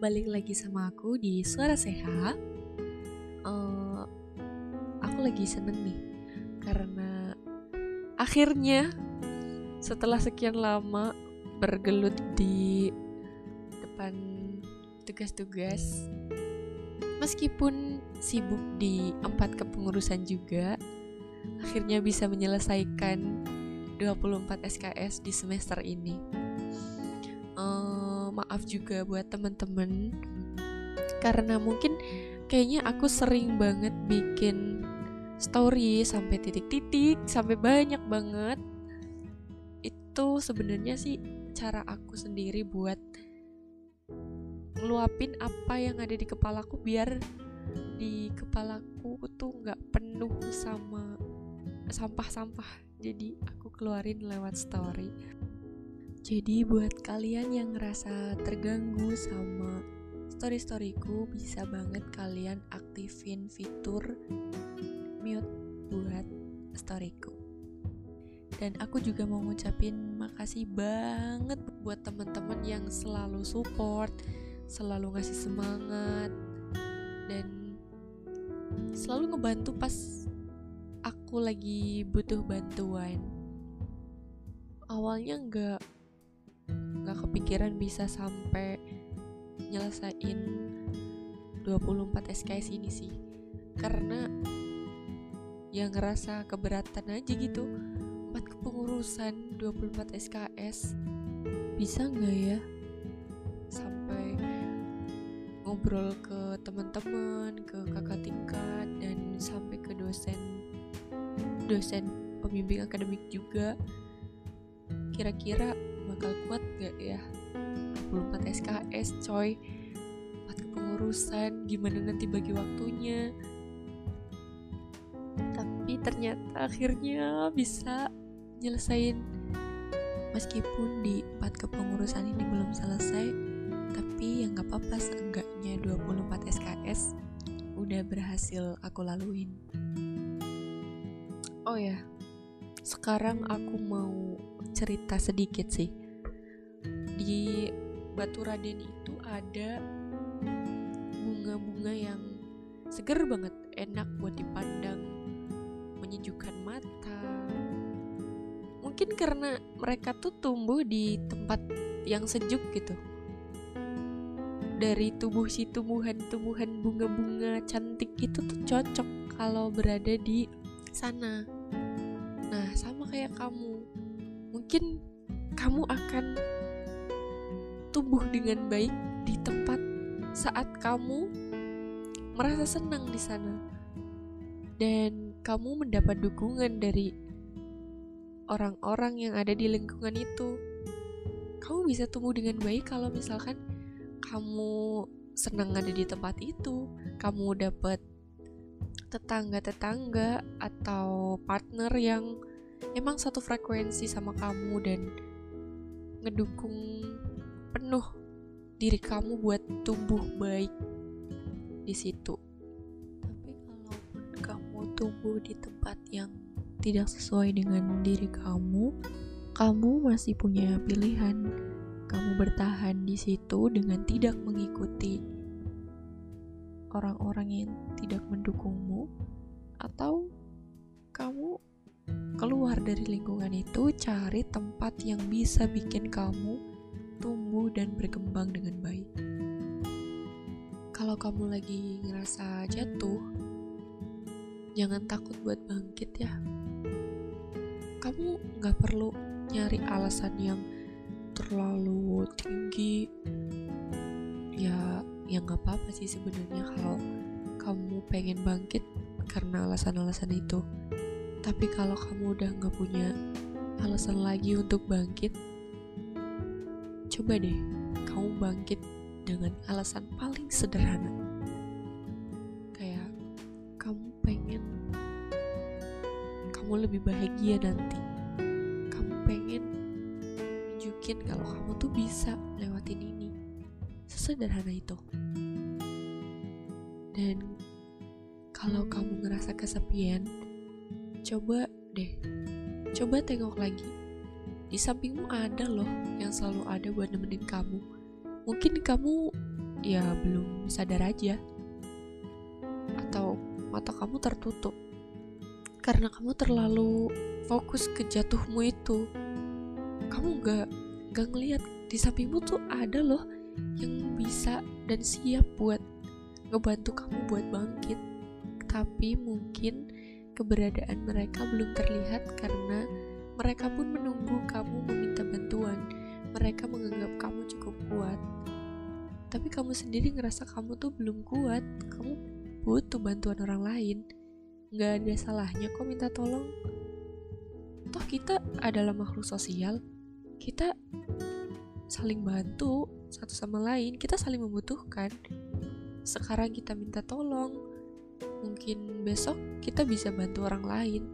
balik lagi sama aku di Suara Sehat. Aku lagi seneng nih karena akhirnya setelah sekian lama bergelut di depan tugas-tugas, meskipun sibuk di 4 kepengurusan juga, akhirnya bisa menyelesaikan 24 SKS di semester ini. Maaf juga buat teman-teman karena mungkin kayaknya aku sering banget bikin story sampai titik-titik, sampai banyak banget. Itu sebenarnya sih cara aku sendiri buat ngeluapin apa yang ada di kepalaku biar di kepalaku tuh nggak penuh sama sampah-sampah. Jadi aku keluarin lewat story. Jadi buat kalian yang ngerasa terganggu sama story-storyku, bisa banget kalian aktifin fitur mute buat storyku. Dan aku juga mau ngucapin makasih banget buat teman-teman yang selalu support, selalu ngasih semangat, dan selalu ngebantu pas aku lagi butuh bantuan. Awalnya nggak kepikiran bisa sampai nyelesain 24 SKS ini sih, karena ya ngerasa keberatan aja gitu. 4 kepengurusan 24 SKS bisa nggak ya, sampai ngobrol ke teman-teman, ke kakak tingkat, dan sampai ke dosen pembimbing akademik juga. Kira-kira bakal kuat gak ya 24 SKS coy, 4 kepengurusan, gimana nanti bagi waktunya. Tapi ternyata akhirnya bisa nyelesain, meskipun di 4 kepengurusan ini belum selesai, tapi ya gak apa-apa, seenggaknya 24 SKS udah berhasil aku laluin. Oh ya, sekarang aku mau cerita sedikit sih. Di Batu Raden itu ada bunga-bunga yang seger banget, enak buat dipandang, menyejukkan mata. Mungkin karena mereka tuh tumbuh di tempat yang sejuk gitu. Dari tubuh si tumbuhan bunga-bunga cantik itu tuh cocok kalau berada di sana. Nah, sama kayak kamu. Mungkin kamu akan tumbuh dengan baik di tempat saat kamu merasa senang di sana, dan kamu mendapat dukungan dari orang-orang yang ada di lingkungan itu. Kamu bisa tumbuh dengan baik kalau misalkan kamu senang ada di tempat itu, kamu dapat tetangga-tetangga atau partner yang emang satu frekuensi sama kamu dan ngedukung penuh diri kamu buat tumbuh baik di situ. Tapi kalaupun kamu tumbuh di tempat yang tidak sesuai dengan diri kamu masih punya pilihan. Kamu bertahan di situ dengan tidak mengikuti orang-orang yang tidak mendukungmu, atau kamu keluar dari lingkungan itu, cari tempat yang bisa bikin kamu tumbuh dan berkembang dengan baik. Kalau kamu lagi ngerasa jatuh, jangan takut buat bangkit ya. Kamu gak perlu nyari alasan yang terlalu tinggi. Ya gak apa-apa sih sebenarnya kalau kamu pengen bangkit karena alasan-alasan itu. Tapi kalau kamu udah gak punya alasan lagi untuk bangkit, coba deh kamu bangkit dengan alasan paling sederhana. Kayak kamu pengen kamu lebih bahagia nanti. Kamu pengen nunjukin kalau kamu tuh bisa lewatin ini. Sesederhana itu. Dan kalau kamu ngerasa kesepian, coba tengok lagi. Di sampingmu ada loh yang selalu ada buat nemenin kamu. Mungkin kamu ya belum sadar aja, atau mata kamu tertutup karena kamu terlalu fokus ke jatuhmu itu. Kamu gak ngeliat di sampingmu tuh ada loh yang bisa dan siap buat ngebantu kamu buat bangkit. Tapi mungkin keberadaan mereka belum terlihat karena mereka pun menunggu kamu meminta bantuan. Mereka menganggap kamu cukup kuat, tapi kamu sendiri ngerasa kamu tuh belum kuat. Kamu butuh bantuan orang lain. Gak ada salahnya kok minta tolong. Toh kita adalah makhluk sosial. Kita saling bantu satu sama lain. Kita saling membutuhkan. Sekarang kita minta tolong, mungkin besok kita bisa bantu orang lain.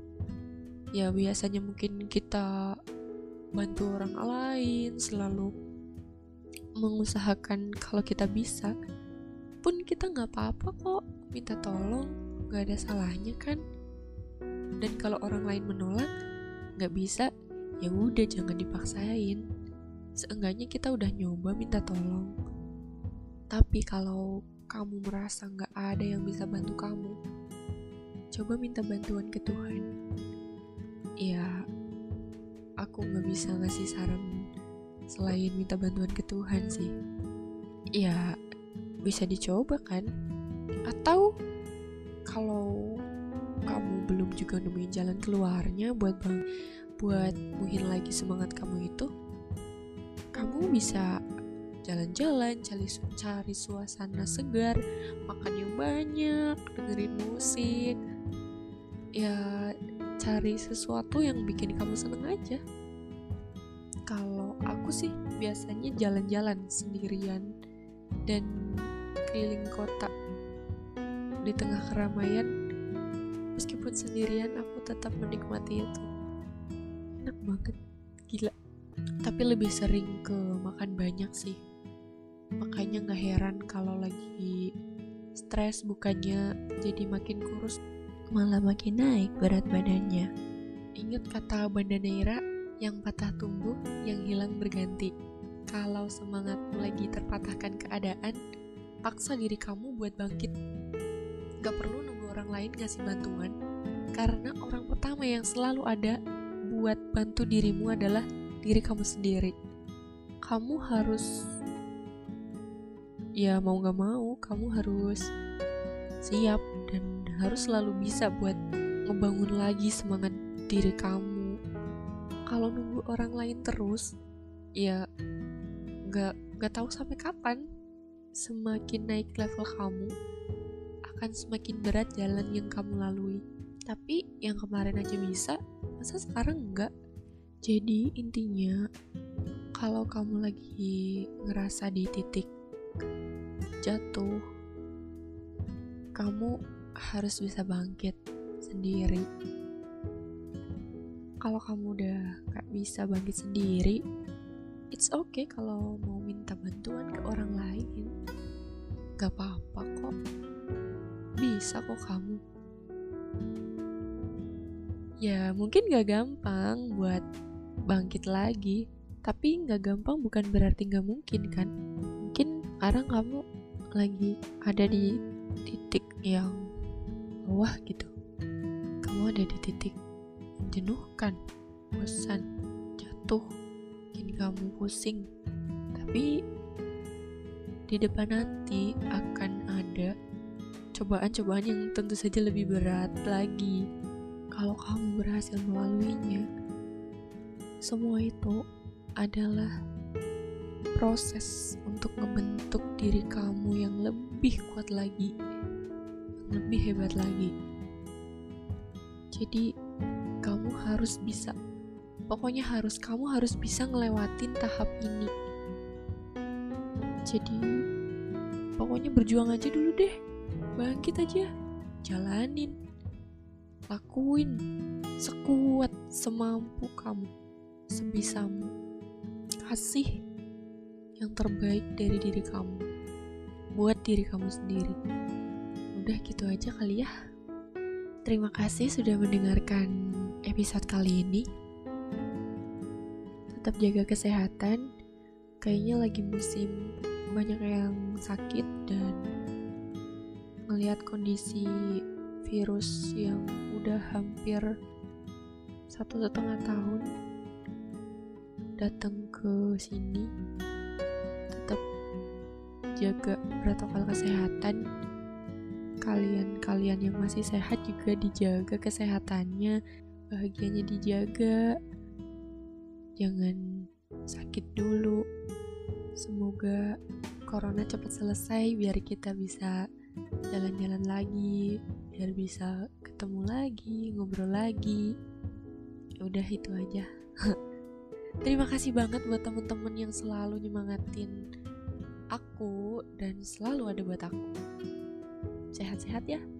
Ya biasanya mungkin kita bantu orang lain, selalu mengusahakan kalau kita bisa. Pun kita gak apa-apa kok minta tolong, gak ada salahnya kan. Dan kalau orang lain menolak, gak bisa, ya udah jangan dipaksain. Seenggaknya kita udah nyoba minta tolong. Tapi kalau kamu merasa gak ada yang bisa bantu kamu, coba minta bantuan ke Tuhan. Ya, aku gak bisa ngasih saran selain minta bantuan ke Tuhan sih. Ya, bisa dicoba kan. Atau kalau kamu belum juga nemuin jalan keluarnya buat muhin lagi semangat kamu itu, kamu bisa jalan-jalan, cari suasana segar, makan yang banyak, dengerin musik, ya cari sesuatu yang bikin kamu seneng aja. Kalau aku sih biasanya jalan-jalan sendirian dan keliling kota di tengah keramaian. Meskipun sendirian, aku tetap menikmati itu. Enak banget, gila. Tapi lebih sering ke makan banyak sih. Makanya gak heran kalau lagi stres bukannya jadi makin kurus, malah makin naik berat badannya. Ingat kata Banda Neira, yang patah tumbuh, yang hilang berganti. Kalau semangatmu lagi terpatahkan keadaan, paksa diri kamu buat bangkit. Gak perlu nunggu orang lain ngasih bantuan, karena orang pertama yang selalu ada buat bantu dirimu adalah diri kamu sendiri. Kamu harus, ya mau gak mau, kamu harus siap dan harus selalu bisa buat ngebangun lagi semangat diri kamu. Kalau nunggu orang lain terus, ya gak tahu sampai kapan. Semakin naik level kamu, akan semakin berat jalan yang kamu lalui. Tapi yang kemarin aja bisa, masa sekarang enggak? Jadi intinya, kalau kamu lagi ngerasa di titik jatuh, kamu harus bisa bangkit sendiri. Kalau kamu udah gak bisa bangkit sendiri, it's okay kalau mau minta bantuan ke orang lain. Gak apa-apa kok. Bisa kok kamu. Ya mungkin gak gampang buat bangkit lagi, tapi gak gampang bukan berarti gak mungkin kan. Mungkin sekarang kamu lagi ada di titik yang bawah gitu. Kamu ada di titik menjenuhkan, bosan, jatuh, bikin kamu pusing. Tapi di depan nanti akan ada cobaan-cobaan yang tentu saja lebih berat lagi. Kalau kamu berhasil melaluinya, semua itu adalah proses untuk membentuk diri kamu yang lebih kuat lagi, yang lebih hebat lagi. Jadi kamu harus bisa, pokoknya kamu harus bisa ngelewatin tahap ini. Jadi pokoknya berjuang aja dulu deh, bangkit aja, jalanin, lakuin sekuat semampu kamu, sebisamu. Kasih yang terbaik dari diri kamu buat diri kamu sendiri. Udah gitu aja kali ya. Terima kasih sudah mendengarkan episode kali ini. Tetap jaga kesehatan. Kayaknya lagi musim banyak yang sakit dan ngelihat kondisi virus yang udah hampir 1,5 tahun datang ke sini. Tetap jaga protokol kesehatan. Kalian yang masih sehat juga dijaga kesehatannya, bahagianya dijaga, jangan sakit dulu. Semoga corona cepat selesai biar kita bisa jalan-jalan lagi, biar bisa ketemu lagi, ngobrol lagi. Udah itu aja. Terima kasih banget buat temen-temen yang selalu nyemangatin aku dan selalu ada buat aku. Sehat-sehat ya.